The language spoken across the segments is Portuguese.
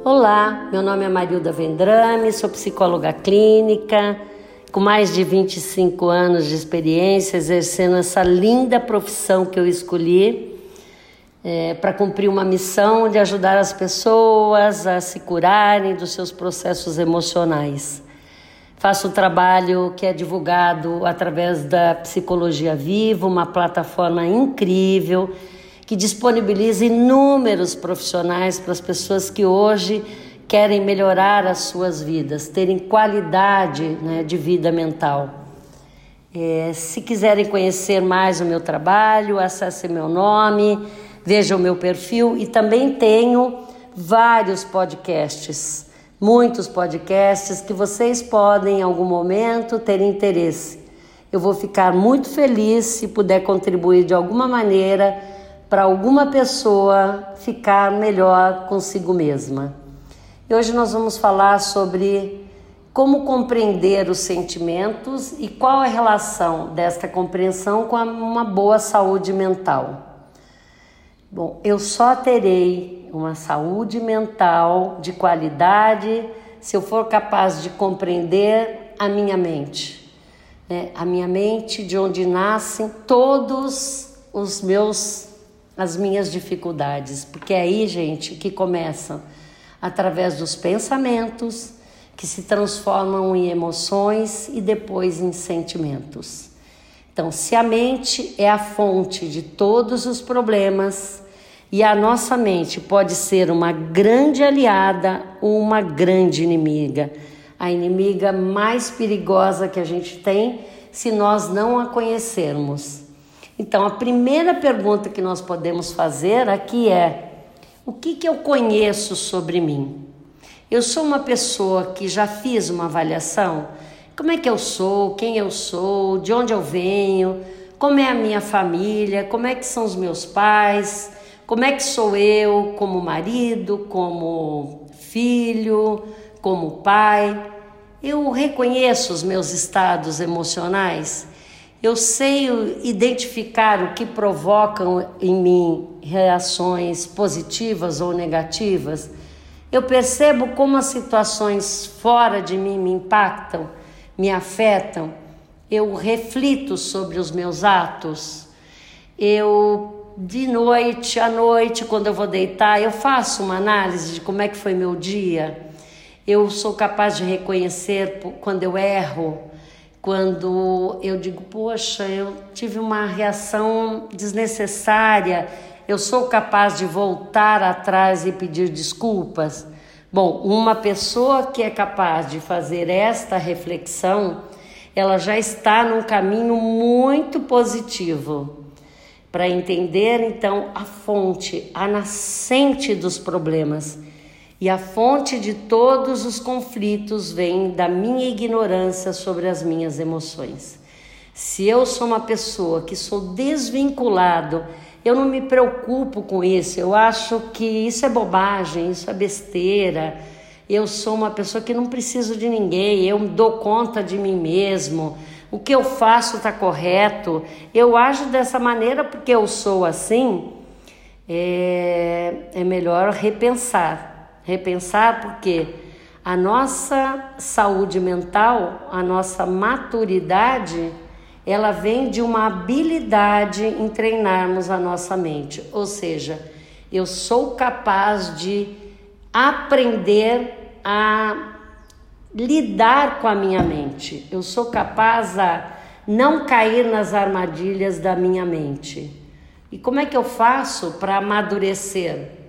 Olá, meu nome é Marilda Vendrame, sou psicóloga clínica, com mais de 25 anos de experiência, exercendo essa linda profissão que eu escolhi para cumprir uma missão de ajudar as pessoas a se curarem dos seus processos emocionais. Faço um trabalho que é divulgado através da Psicologia Viva, uma plataforma incrível, que disponibiliza inúmeros profissionais para as pessoas que hoje querem melhorar as suas vidas, terem qualidade, de vida mental. Se quiserem conhecer mais o meu trabalho, acessem meu nome, vejam o meu perfil e também tenho vários podcasts, muitos podcasts que vocês podem em algum momento ter interesse. Eu vou ficar muito feliz se puder contribuir de alguma maneira para alguma pessoa ficar melhor consigo mesma. E hoje nós vamos falar sobre como compreender os sentimentos e qual a relação desta compreensão com uma boa saúde mental. Bom, eu só terei uma saúde mental de qualidade se eu for capaz de compreender a minha mente. A minha mente, de onde nascem todos as minhas dificuldades, porque é aí, gente, que começam através dos pensamentos que se transformam em emoções e depois em sentimentos. Então, se a mente é a fonte de todos os problemas e a nossa mente pode ser uma grande aliada ou uma grande inimiga, a inimiga mais perigosa que a gente tem se nós não a conhecermos. Então, a primeira pergunta que nós podemos fazer aqui é: o que eu conheço sobre mim? Eu sou uma pessoa que já fiz uma avaliação? Como é que eu sou? Quem eu sou? De onde eu venho? Como é a minha família? Como é que são os meus pais? Como é que sou eu como marido, como filho, como pai? Eu reconheço os meus estados emocionais? Eu sei identificar o que provocam em mim reações positivas ou negativas. Eu percebo como as situações fora de mim me impactam, me afetam. Eu reflito sobre os meus atos. De noite à noite, quando eu vou deitar, eu faço uma análise de como é que foi meu dia. Eu sou capaz de reconhecer quando eu erro. Quando eu digo, poxa, eu tive uma reação desnecessária, eu sou capaz de voltar atrás e pedir desculpas? Bom, uma pessoa que é capaz de fazer esta reflexão, ela já está num caminho muito positivo para entender, então, a fonte, a nascente dos problemas. E a fonte de todos os conflitos vem da minha ignorância sobre as minhas emoções. Se eu sou uma pessoa que sou desvinculado, eu não me preocupo com isso, eu acho que isso é bobagem, isso é besteira. Eu sou uma pessoa que não preciso de ninguém, eu dou conta de mim mesmo, o que eu faço está correto, eu ajo dessa maneira porque eu sou assim. É melhor repensar porque a nossa saúde mental, a nossa maturidade, ela vem de uma habilidade em treinarmos a nossa mente. Ou seja, eu sou capaz de aprender a lidar com a minha mente. Eu sou capaz a não cair nas armadilhas da minha mente. E como é que eu faço para amadurecer?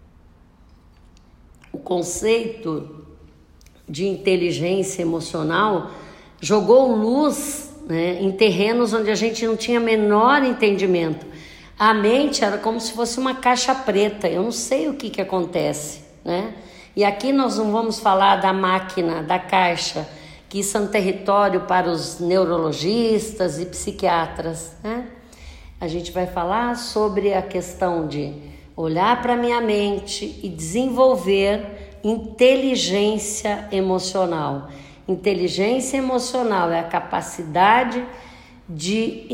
O conceito de inteligência emocional jogou luz, em terrenos onde a gente não tinha menor entendimento. A mente era como se fosse uma caixa preta, eu não sei o que acontece, E aqui nós não vamos falar da máquina, da caixa, que isso é um território para os neurologistas e psiquiatras, A gente vai falar sobre a questão de olhar para a minha mente e desenvolver inteligência emocional. Inteligência emocional é a capacidade de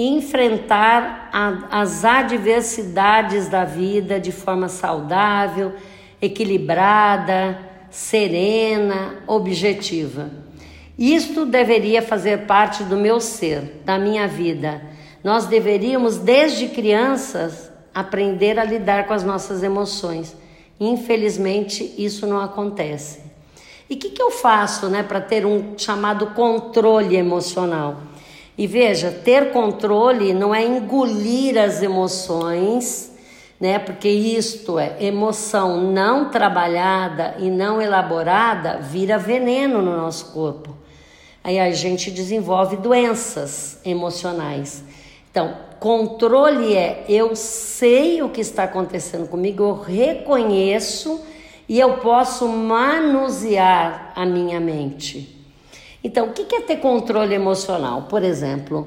enfrentar as adversidades da vida de forma saudável, equilibrada, serena, objetiva. Isto deveria fazer parte do meu ser, da minha vida. Nós deveríamos, desde crianças, aprender a lidar com as nossas emoções. Infelizmente, isso não acontece. E o que eu faço, para ter um chamado controle emocional? E veja, ter controle não é engolir as emoções, porque isto é emoção não trabalhada e não elaborada, vira veneno no nosso corpo. Aí a gente desenvolve doenças emocionais. Então, controle é eu sei o que está acontecendo comigo, eu reconheço e eu posso manusear a minha mente. Então, o que é ter controle emocional? Por exemplo,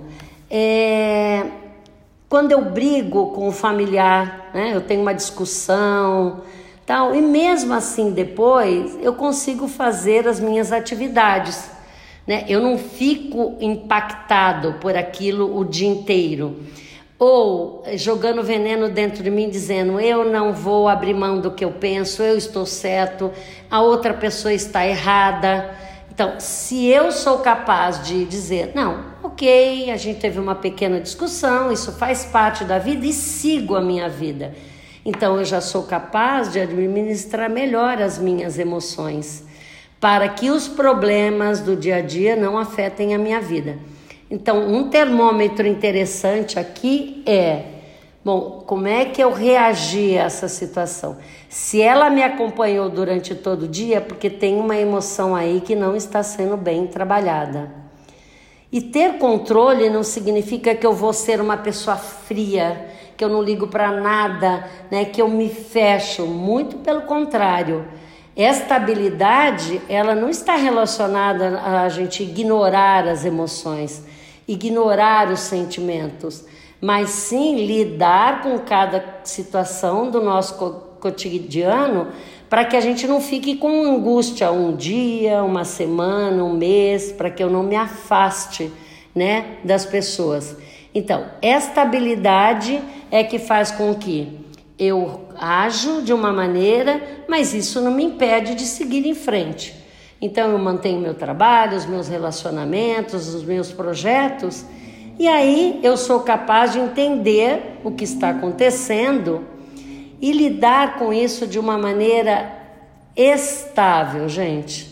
quando eu brigo com um familiar, eu tenho uma discussão, tal, e mesmo assim depois eu consigo fazer as minhas atividades. Eu não fico impactado por aquilo o dia inteiro. Ou jogando veneno dentro de mim, dizendo eu não vou abrir mão do que eu penso, eu estou certo, a outra pessoa está errada. Então, se eu sou capaz de dizer, não, ok, a gente teve uma pequena discussão, isso faz parte da vida e sigo a minha vida. Então, eu já sou capaz de administrar melhor as minhas emoções, para que os problemas do dia a dia não afetem a minha vida. Então, um termômetro interessante aqui como é que eu reagi a essa situação? Se ela me acompanhou durante todo o dia, é porque tem uma emoção aí que não está sendo bem trabalhada. E ter controle não significa que eu vou ser uma pessoa fria, que eu não ligo para nada, que eu me fecho. Muito pelo contrário. Esta habilidade, ela não está relacionada a gente ignorar as emoções, ignorar os sentimentos, mas sim lidar com cada situação do nosso cotidiano para que a gente não fique com angústia um dia, uma semana, um mês, para que eu não me afaste, das pessoas. Então, esta habilidade é que faz com que eu ajo de uma maneira, mas isso não me impede de seguir em frente. Então eu mantenho meu trabalho, os meus relacionamentos, os meus projetos, e aí eu sou capaz de entender o que está acontecendo e lidar com isso de uma maneira estável, gente.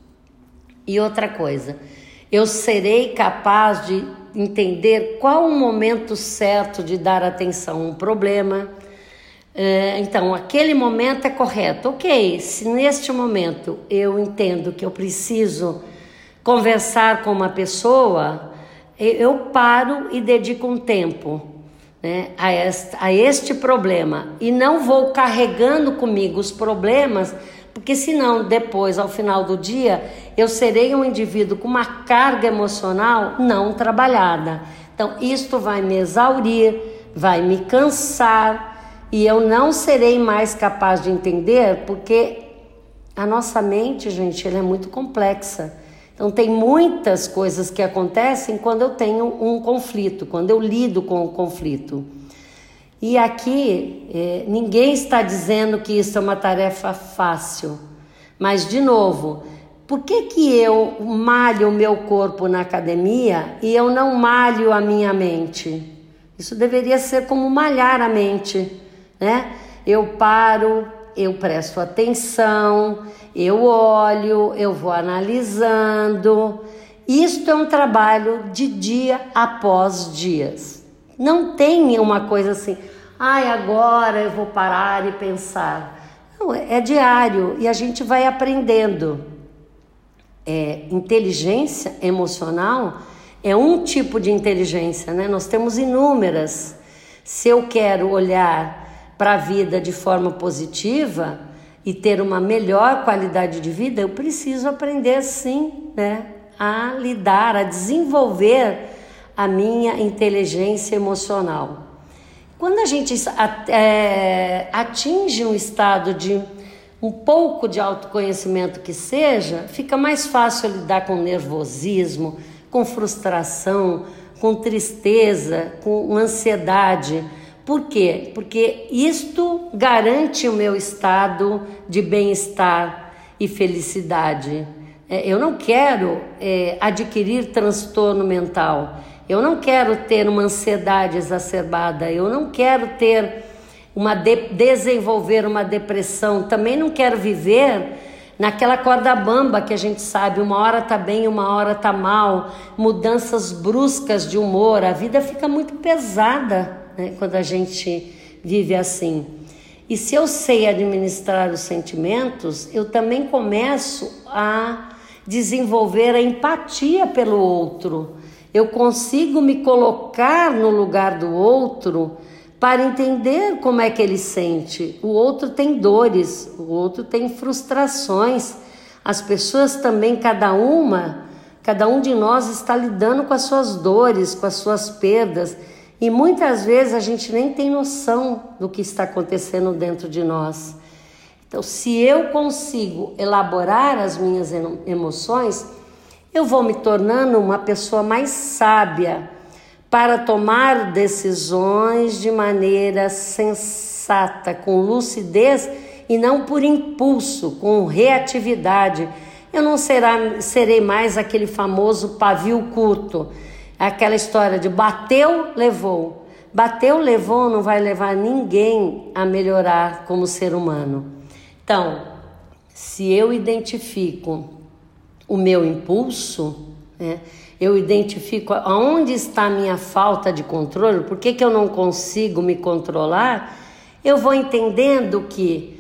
E outra coisa, eu serei capaz de entender qual o momento certo de dar atenção a um problema. Então, aquele momento é correto. Ok, se neste momento eu entendo que eu preciso conversar com uma pessoa, eu paro e dedico um tempo a este problema. E não vou carregando comigo os problemas, porque senão depois, ao final do dia, eu serei um indivíduo com uma carga emocional não trabalhada. Então, isto vai me exaurir, vai me cansar, e eu não serei mais capaz de entender, porque a nossa mente, gente, ela é muito complexa. Então, tem muitas coisas que acontecem quando eu tenho um conflito, quando eu lido com o conflito. E aqui, ninguém está dizendo que isso é uma tarefa fácil. Mas, de novo, por que eu malho o meu corpo na academia e eu não malho a minha mente? Isso deveria ser como malhar a mente. Eu paro, eu presto atenção, eu olho, eu vou analisando. Isto é um trabalho de dia após dias. Não tem uma coisa assim, agora eu vou parar e pensar. Não, é diário e a gente vai aprendendo. Inteligência emocional é um tipo de inteligência, Nós temos inúmeras. Se eu quero olhar para a vida de forma positiva e ter uma melhor qualidade de vida, eu preciso aprender sim, a lidar, a desenvolver a minha inteligência emocional. Quando a gente atinge um estado de um pouco de autoconhecimento que seja, fica mais fácil lidar com nervosismo, com frustração, com tristeza, com ansiedade, Por quê? Porque isto garante o meu estado de bem-estar e felicidade. Eu não quero adquirir transtorno mental, eu não quero ter uma ansiedade exacerbada, eu não quero ter desenvolver uma depressão, também não quero viver naquela corda bamba que a gente sabe, uma hora tá bem, uma hora tá mal, mudanças bruscas de humor, a vida fica muito pesada, né, quando a gente vive assim. E se eu sei administrar os sentimentos, eu também começo a desenvolver a empatia pelo outro. Eu consigo me colocar no lugar do outro para entender como é que ele sente. O outro tem dores, o outro tem frustrações. As pessoas também, cada um de nós está lidando com as suas dores, com as suas perdas. E muitas vezes a gente nem tem noção do que está acontecendo dentro de nós. Então, se eu consigo elaborar as minhas emoções, eu vou me tornando uma pessoa mais sábia para tomar decisões de maneira sensata, com lucidez e não por impulso, com reatividade. Eu não serei mais aquele famoso pavio curto, aquela história de bateu, levou. Bateu, levou, não vai levar ninguém a melhorar como ser humano. Então, se eu identifico o meu impulso, né, eu identifico aonde está a minha falta de controle, por que eu não consigo me controlar, eu vou entendendo que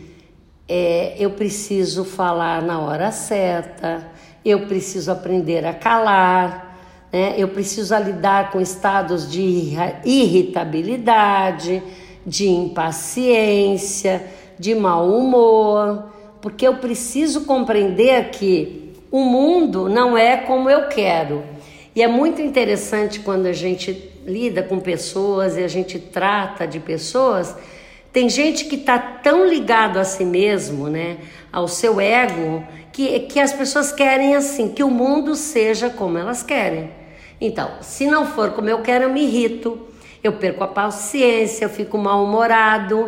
eu preciso falar na hora certa, eu preciso aprender a calar, né? Eu preciso lidar com estados de irritabilidade, de impaciência, de mau humor, porque eu preciso compreender que o mundo não é como eu quero. E é muito interessante quando a gente lida com pessoas e a gente trata de pessoas. Tem gente que está tão ligado a si mesmo, né, ao seu ego, que as pessoas querem assim, que o mundo seja como elas querem. Então, se não for como eu quero, eu me irrito, eu perco a paciência, eu fico mal-humorado.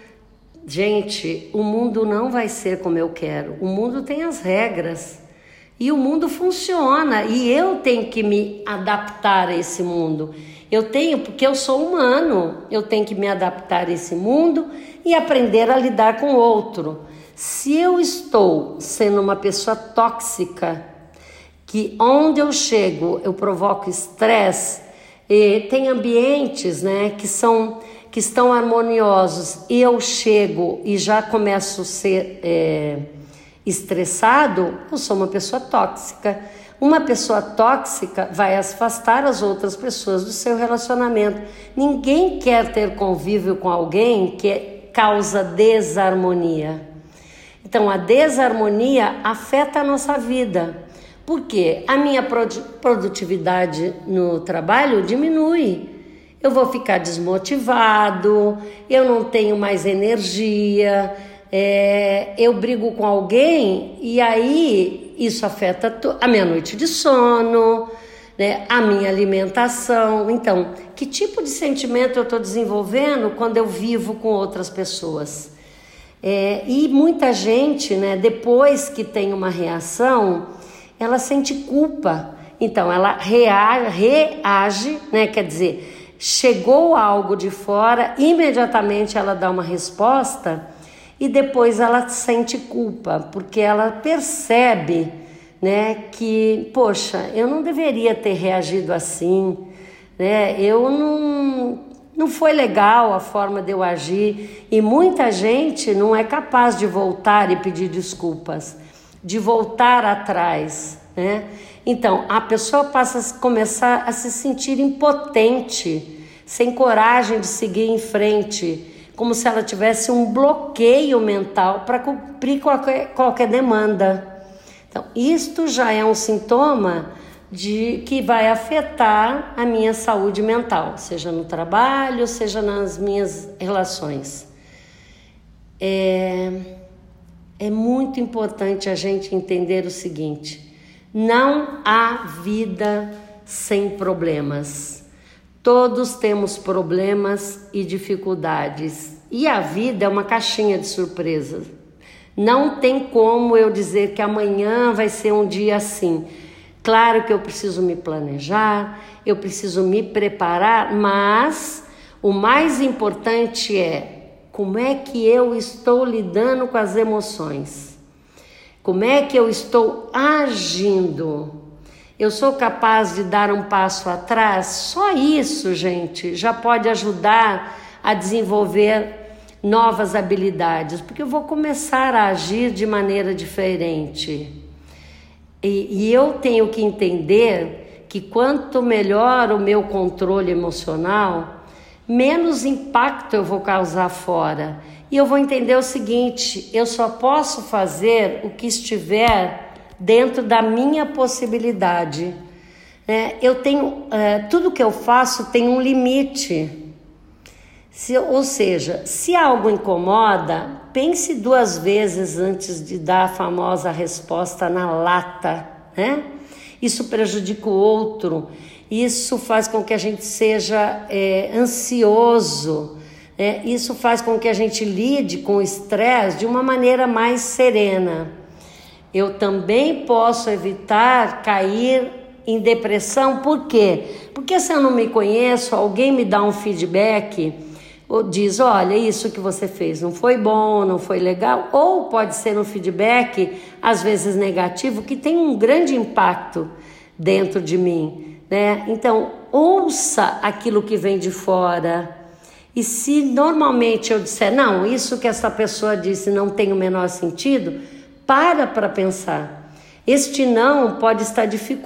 Gente, o mundo não vai ser como eu quero. O mundo tem as regras. E o mundo funciona. E eu tenho que me adaptar a esse mundo. Porque eu sou humano. Eu tenho que me adaptar a esse mundo e aprender a lidar com o outro. Se eu estou sendo uma pessoa tóxica, que onde eu chego eu provoco estresse, tem ambientes, né, que estão harmoniosos, e eu chego e já começo a ser estressado, eu sou uma pessoa tóxica. Uma pessoa tóxica vai afastar as outras pessoas do seu relacionamento. Ninguém quer ter convívio com alguém que causa desarmonia. Então, a desarmonia afeta a nossa vida. Por quê? A minha produtividade no trabalho diminui. Eu vou ficar desmotivado, eu não tenho mais energia, eu brigo com alguém e aí isso afeta a minha noite de sono, né, a minha alimentação. Então, que tipo de sentimento eu estou desenvolvendo quando eu vivo com outras pessoas? E muita gente, né, depois que tem uma reação, ela sente culpa. Então, ela reage, né, quer dizer, chegou algo de fora, imediatamente ela dá uma resposta e depois ela sente culpa, porque ela percebe, né, que, poxa, eu não deveria ter reagido assim, né, não foi legal a forma de eu agir, e muita gente não é capaz de voltar e pedir desculpas, de voltar atrás, né? Então, a pessoa passa a começar a se sentir impotente, sem coragem de seguir em frente, como se ela tivesse um bloqueio mental para cumprir qualquer demanda. Então, isto já é um sintoma de que vai afetar a minha saúde mental, seja no trabalho, seja nas minhas relações. É muito importante a gente entender o seguinte: não há vida sem problemas. Todos temos problemas e dificuldades. E a vida é uma caixinha de surpresas. Não tem como eu dizer que amanhã vai ser um dia assim. Claro que eu preciso me planejar, eu preciso me preparar, mas o mais importante é como é que eu estou lidando com as emoções. Como é que eu estou agindo? Eu sou capaz de dar um passo atrás? Só isso, gente, já pode ajudar a desenvolver novas habilidades, porque eu vou começar a agir de maneira diferente. E eu tenho que entender que quanto melhor o meu controle emocional, menos impacto eu vou causar fora. E eu vou entender o seguinte: eu só posso fazer o que estiver dentro da minha possibilidade. Eu tenho, tudo que eu faço tem um limite. Ou seja, se algo incomoda, pense 2 vezes antes de dar a famosa resposta na lata, né? Isso prejudica o outro, isso faz com que a gente seja ansioso, isso faz com que a gente lide com o estresse de uma maneira mais serena. Eu também posso evitar cair em depressão. Por quê? Porque se eu não me conheço, alguém me dá um feedback, ou diz, olha, isso que você fez não foi bom, não foi legal, ou pode ser um feedback, às vezes negativo, que tem um grande impacto dentro de mim, né? Então, ouça aquilo que vem de fora, e se normalmente eu disser, não, isso que essa pessoa disse não tem o menor sentido, para pensar. Este não pode estar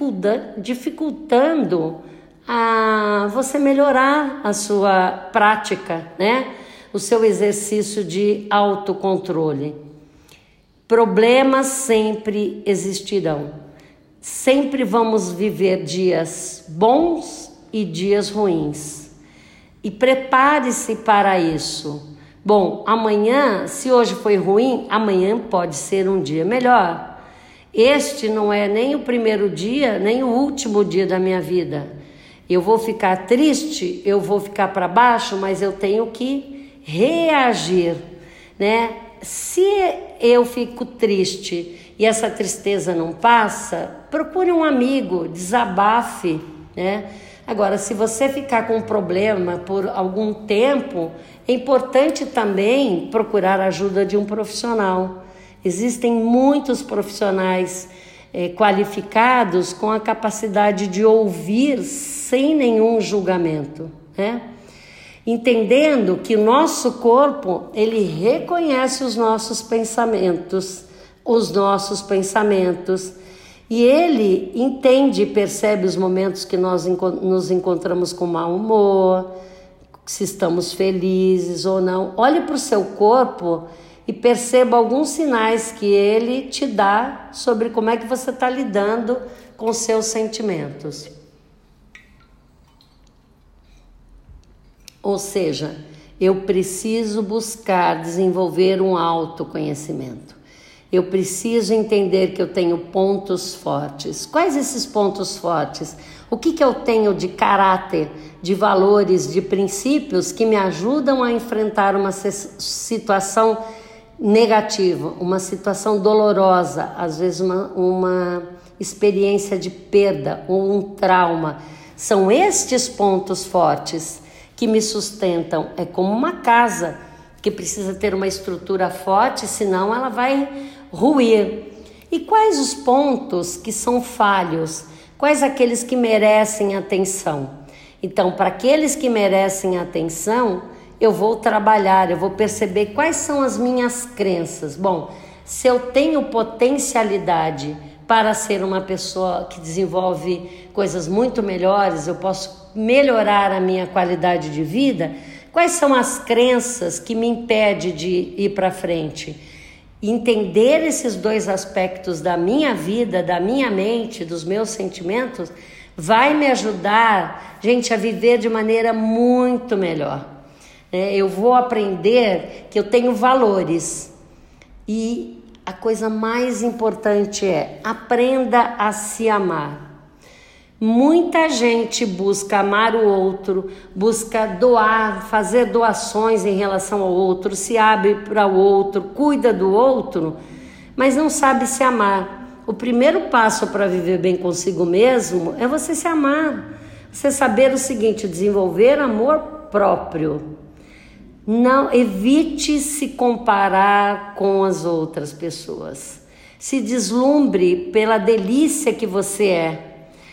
dificultando a você melhorar a sua prática, né? O seu exercício de autocontrole. Problemas sempre existirão. Sempre vamos viver dias bons e dias ruins. E prepare-se para isso. Bom, amanhã, se hoje foi ruim, amanhã pode ser um dia melhor. Este não é nem o primeiro dia, nem o último dia da minha vida. Eu vou ficar triste, eu vou ficar para baixo, mas eu tenho que reagir, né? Se eu fico triste e essa tristeza não passa, procure um amigo, desabafe, né? Agora, se você ficar com um problema por algum tempo, é importante também procurar a ajuda de um profissional. Existem muitos profissionais qualificados com a capacidade de ouvir sem nenhum julgamento, né? Entendendo que o nosso corpo, ele reconhece os nossos pensamentos, e ele entende e percebe os momentos que nós nos encontramos com mau humor, se estamos felizes ou não. Olhe para o seu corpo e perceba alguns sinais que ele te dá sobre como é que você está lidando com seus sentimentos. Ou seja, eu preciso buscar desenvolver um autoconhecimento. Eu preciso entender que eu tenho pontos fortes. Quais esses pontos fortes? O que eu tenho de caráter, de valores, de princípios que me ajudam a enfrentar uma situação negativa, uma situação dolorosa, às vezes uma experiência de perda ou um trauma. São estes pontos fortes que me sustentam. É como uma casa que precisa ter uma estrutura forte, senão ela vai ruir. E quais os pontos que são falhos? Quais aqueles que merecem atenção? Então, para aqueles que merecem atenção, eu vou trabalhar, eu vou perceber quais são as minhas crenças. Bom, se eu tenho potencialidade para ser uma pessoa que desenvolve coisas muito melhores, eu posso melhorar a minha qualidade de vida, quais são as crenças que me impedem de ir para frente? Entender esses 2 aspectos da minha vida, da minha mente, dos meus sentimentos, vai me ajudar, gente, a viver de maneira muito melhor. Eu vou aprender que eu tenho valores. E a coisa mais importante é aprenda a se amar. Muita gente busca amar o outro, busca doar, fazer doações em relação ao outro, se abre para o outro, cuida do outro, mas não sabe se amar. O primeiro passo para viver bem consigo mesmo é você se amar. Você saber o seguinte: desenvolver amor próprio. Não evite se comparar com as outras pessoas. Se deslumbre pela delícia que você é.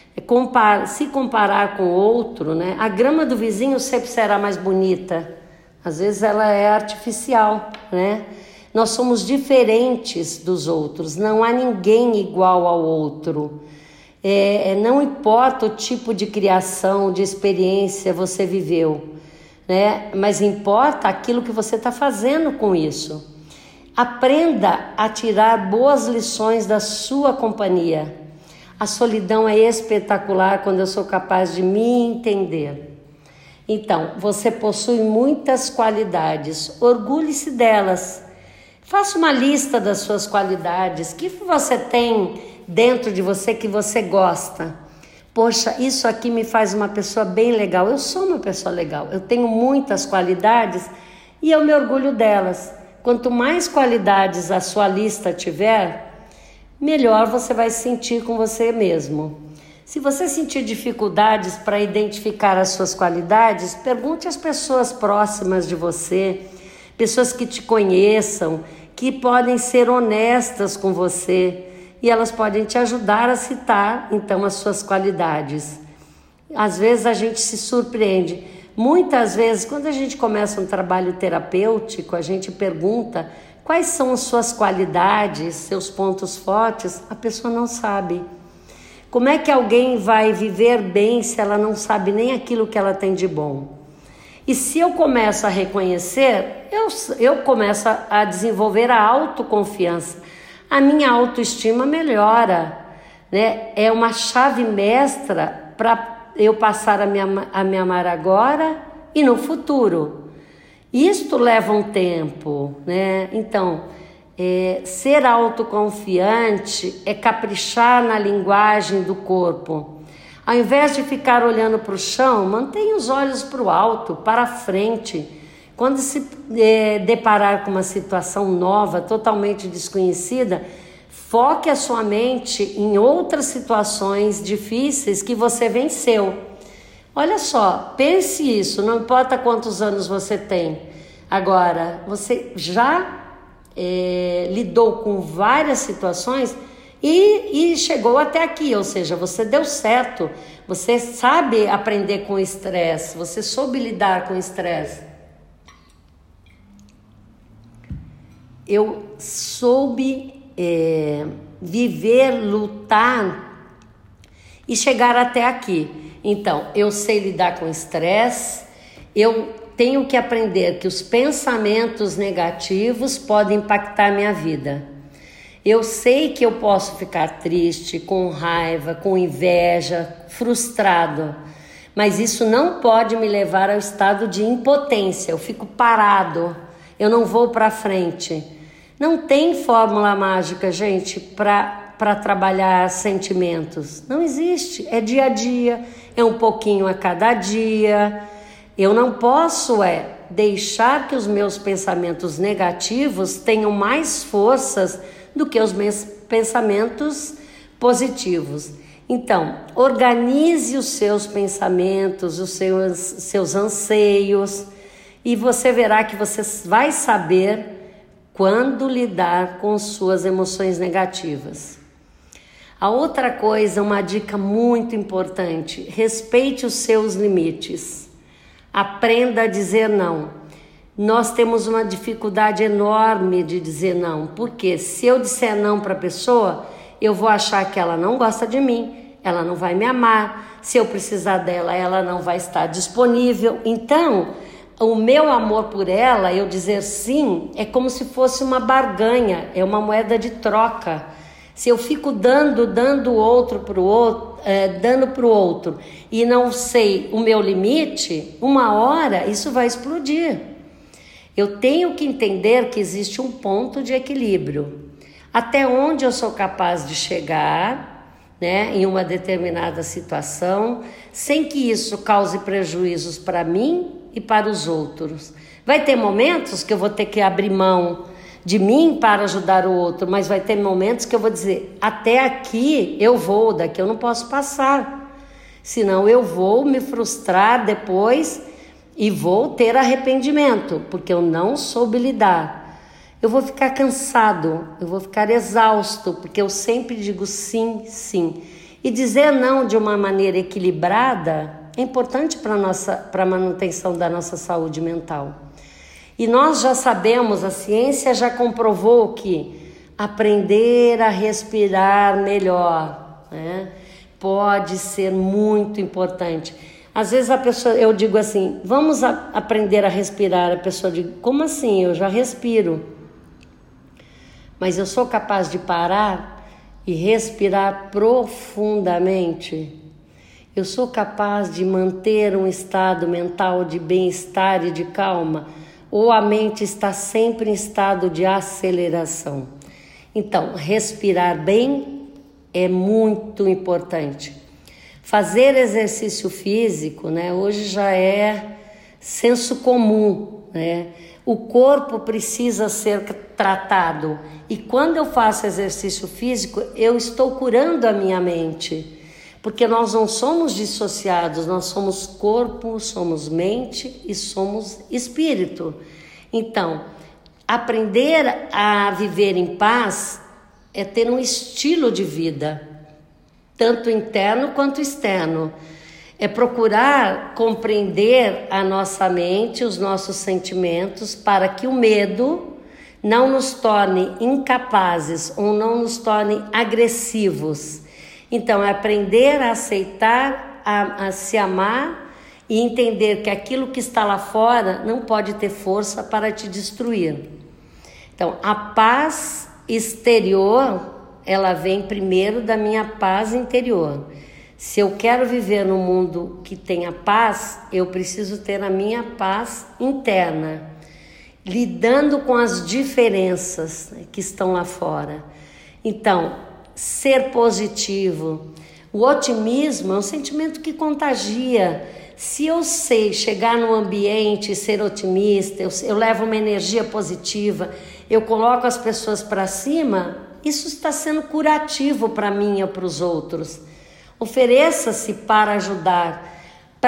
Se comparar com o outro, né? A grama do vizinho sempre será mais bonita. Às vezes ela é artificial, né? Nós somos diferentes dos outros. Não há ninguém igual ao outro. Não importa o tipo de criação, de experiência você viveu, né? Mas importa aquilo que você está fazendo com isso. Aprenda a tirar boas lições da sua companhia. A solidão é espetacular quando eu sou capaz de me entender. Então, você possui muitas qualidades, orgulhe-se delas. Faça uma lista das suas qualidades. O que você tem dentro de você que você gosta? Poxa, isso aqui me faz uma pessoa bem legal. Eu sou uma pessoa legal. Eu tenho muitas qualidades e eu me orgulho delas. Quanto mais qualidades a sua lista tiver, melhor você vai se sentir com você mesmo. Se você sentir dificuldades para identificar as suas qualidades, pergunte às pessoas próximas de você, pessoas que te conheçam, que podem ser honestas com você, e elas podem te ajudar a citar, então, as suas qualidades. Às vezes a gente se surpreende. Muitas vezes, quando a gente começa um trabalho terapêutico, a gente pergunta quais são as suas qualidades, seus pontos fortes, a pessoa não sabe. Como é que alguém vai viver bem se ela não sabe nem aquilo que ela tem de bom? E se eu começo a reconhecer, eu começo a desenvolver a autoconfiança. A minha autoestima melhora, né? É uma chave mestra para eu passar a me amar agora e no futuro. Isto leva um tempo, né? Então, ser autoconfiante é caprichar na linguagem do corpo. Ao invés de ficar olhando para o chão, mantenha os olhos para o alto, para a frente. Quando se deparar com uma situação nova, totalmente desconhecida, foque a sua mente em outras situações difíceis que você venceu. Olha só, pense isso, não importa quantos anos você tem. Agora, você já lidou com várias situações e chegou até aqui, ou seja, você deu certo, você sabe aprender com o estresse, você soube lidar com o estresse. Eu soube viver, lutar e chegar até aqui. Então, eu sei lidar com estresse, eu tenho que aprender que os pensamentos negativos podem impactar minha vida. Eu sei que eu posso ficar triste, com raiva, com inveja, frustrado, mas isso não pode me levar ao estado de impotência. Eu fico parado, eu não vou para frente. Não tem fórmula mágica, gente, para trabalhar sentimentos. Não existe. É dia a dia, é um pouquinho a cada dia. Eu não posso deixar que os meus pensamentos negativos tenham mais forças do que os meus pensamentos positivos. Então, organize os seus pensamentos, os seus anseios, e você verá que você vai saber quando lidar com suas emoções negativas. A outra coisa, uma dica muito importante: respeite os seus limites. Aprenda a dizer não. Nós temos uma dificuldade enorme de dizer não, porque se eu disser não para a pessoa, eu vou achar que ela não gosta de mim, ela não vai me amar, se eu precisar dela, ela não vai estar disponível. Então, o meu amor por ela, eu dizer sim, é como se fosse uma barganha, é uma moeda de troca. Se eu fico dando outro para o outro, dando para o outro e não sei o meu limite, uma hora isso vai explodir. Eu tenho que entender que existe um ponto de equilíbrio. Até onde eu sou capaz de chegar, né, em uma determinada situação, sem que isso cause prejuízos para mim e para os outros. Vai ter momentos que eu vou ter que abrir mão de mim para ajudar o outro, mas vai ter momentos que eu vou dizer, até aqui eu vou, daqui eu não posso passar, senão eu vou me frustrar depois e vou ter arrependimento, porque eu não soube lidar. Eu vou ficar cansado, eu vou ficar exausto, porque eu sempre digo sim, sim. E dizer não de uma maneira equilibrada é importante para a manutenção da nossa saúde mental. E nós já sabemos, a ciência já comprovou que aprender a respirar melhor, né, pode ser muito importante. Às vezes eu digo assim, vamos aprender a respirar. A pessoa diz, como assim? Eu já respiro. Mas eu sou capaz de parar e respirar profundamente. Eu sou capaz de manter um estado mental de bem-estar e de calma, ou a mente está sempre em estado de aceleração. Então, respirar bem é muito importante. Fazer exercício físico, né, hoje já é senso comum, né? O corpo precisa ser tratado. E quando eu faço exercício físico, eu estou curando a minha mente. Porque nós não somos dissociados, nós somos corpo, somos mente e somos espírito. Então, aprender a viver em paz é ter um estilo de vida, tanto interno quanto externo. É procurar compreender a nossa mente, os nossos sentimentos, para que o medo não nos torne incapazes ou não nos torne agressivos. Então, é aprender a aceitar, a se amar e entender que aquilo que está lá fora não pode ter força para te destruir. Então, a paz exterior, ela vem primeiro da minha paz interior. Se eu quero viver num mundo que tenha paz, eu preciso ter a minha paz interna, lidando com as diferenças que estão lá fora. Então, ser positivo. O otimismo é um sentimento que contagia. Se eu sei chegar no ambiente e ser otimista, eu levo uma energia positiva, eu coloco as pessoas para cima, isso está sendo curativo para mim e para os outros. Ofereça-se para ajudar.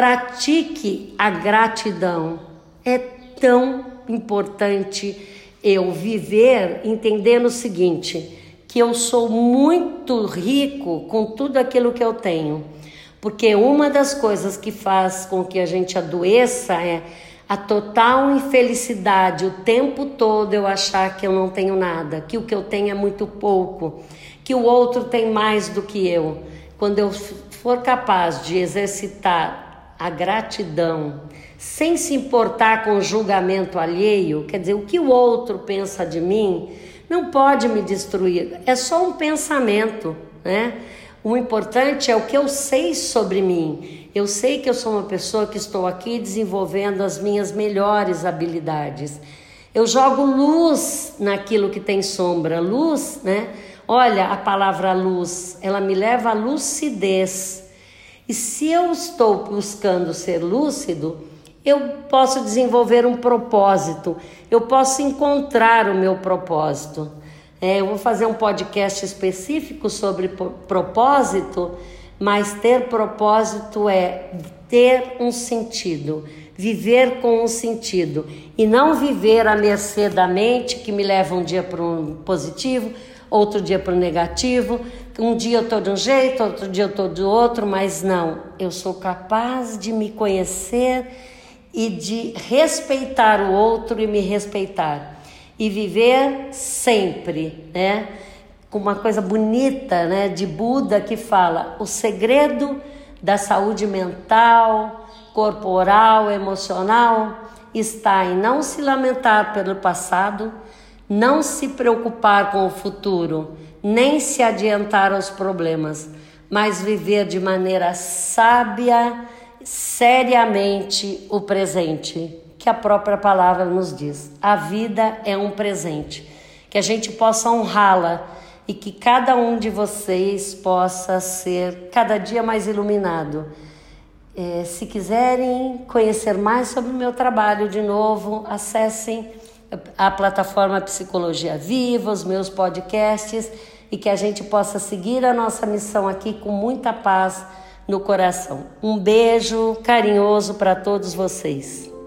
Pratique a gratidão. É tão importante eu viver entendendo o seguinte, que eu sou muito rico com tudo aquilo que eu tenho. Porque uma das coisas que faz com que a gente adoeça é a total infelicidade, o tempo todo eu achar que eu não tenho nada, que o que eu tenho é muito pouco, que o outro tem mais do que eu. Quando eu for capaz de exercitar a gratidão, sem se importar com o julgamento alheio, quer dizer, o que o outro pensa de mim, não pode me destruir, é só um pensamento, né? O importante é o que eu sei sobre mim. Eu sei que eu sou uma pessoa que estou aqui desenvolvendo as minhas melhores habilidades. Eu jogo luz naquilo que tem sombra. Luz, né? Olha, a palavra luz, ela me leva à lucidez. E se eu estou buscando ser lúcido, eu posso desenvolver um propósito. Eu posso encontrar o meu propósito. Eu vou fazer um podcast específico sobre propósito, mas ter propósito é ter um sentido, viver com um sentido e não viver à mercê da mente que me leva um dia para um positivo, outro dia para o negativo, um dia eu estou de um jeito, outro dia eu estou do outro, mas não, eu sou capaz de me conhecer e de respeitar o outro e me respeitar. E viver sempre, né? Com uma coisa bonita, né? De Buda que fala, o segredo da saúde mental, corporal, emocional, está em não se lamentar pelo passado, não se preocupar com o futuro, nem se adiantar aos problemas, mas viver de maneira sábia, seriamente o presente, que a própria palavra nos diz. A vida é um presente, que a gente possa honrá-la e que cada um de vocês possa ser cada dia mais iluminado. Se quiserem conhecer mais sobre o meu trabalho, de novo, acessem a plataforma Psicologia Viva, os meus podcasts, e que a gente possa seguir a nossa missão aqui com muita paz no coração. Um beijo carinhoso para todos vocês.